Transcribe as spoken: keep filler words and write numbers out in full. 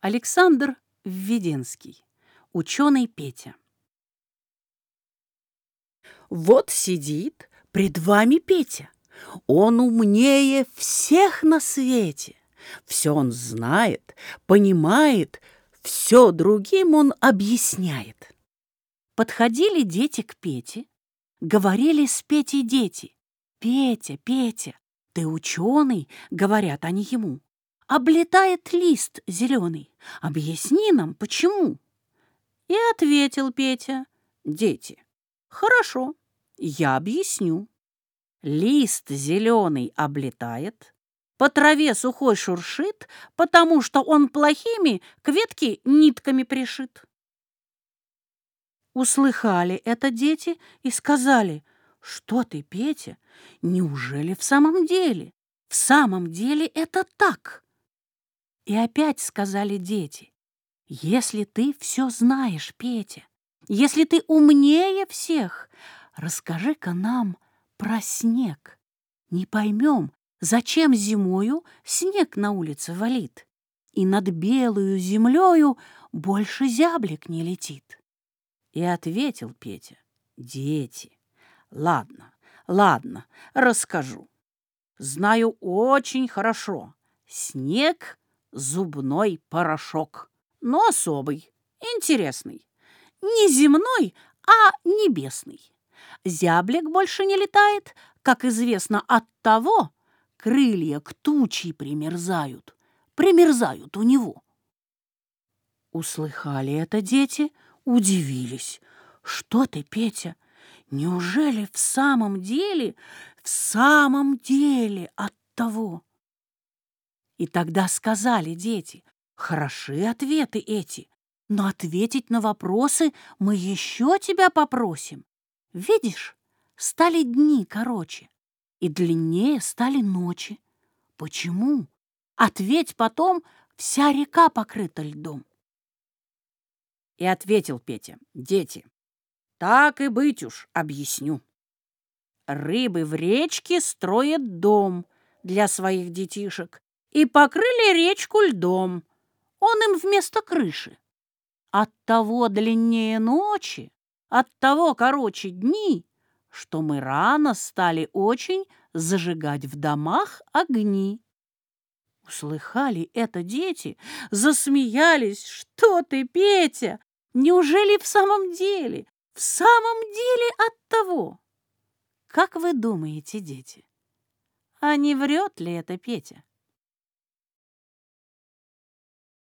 Александр Введенский. Ученый Петя. Вот сидит пред вами Петя. Он умнее всех на свете. Все он знает, понимает, все другим он объясняет. Подходили дети к Пете, говорили с Петей дети: «Петя, Петя, ты ученый», — говорят они ему, «облетает лист зеленый, объясни нам, почему». И ответил Петя: «Дети, хорошо, я объясню. Лист зеленый облетает, по траве сухой шуршит, потому что он плохими к ветке нитками пришит». Услыхали это дети и сказали: «Что ты, Петя, неужели в самом деле, в самом деле это так?» И опять сказали дети: «Если ты все знаешь, Петя, если ты умнее всех, расскажи-ка нам про снег. Не поймем, зачем зимою снег на улице валит, и над белую землею больше зяблик не летит». И ответил Петя: «Дети, ладно, ладно, расскажу. Знаю очень хорошо. Снег — зубной порошок, но особый, интересный. Не земной, а небесный. Зяблик больше не летает, как известно, от того, крылья к туче примерзают, примерзают у него». Услыхали это дети, удивились. «Что ты, Петя, неужели в самом деле, в самом деле от того?» И тогда сказали дети: «Хороши ответы эти, но ответить на вопросы мы еще тебя попросим. Видишь, стали дни короче, и длиннее стали ночи. Почему? Ответь потом, вся река покрыта льдом». И ответил Петя: «Дети, так и быть уж, объясню. Рыбы в речке строят дом для своих детишек и покрыли речку льдом. Он им вместо крыши. Оттого длиннее ночи, оттого короче дни, что мы рано стали очень зажигать в домах огни». Услыхали это дети, засмеялись. «Что ты, Петя, неужели в самом деле, в самом деле от того?» Как вы думаете, дети, а не врет ли это Петя?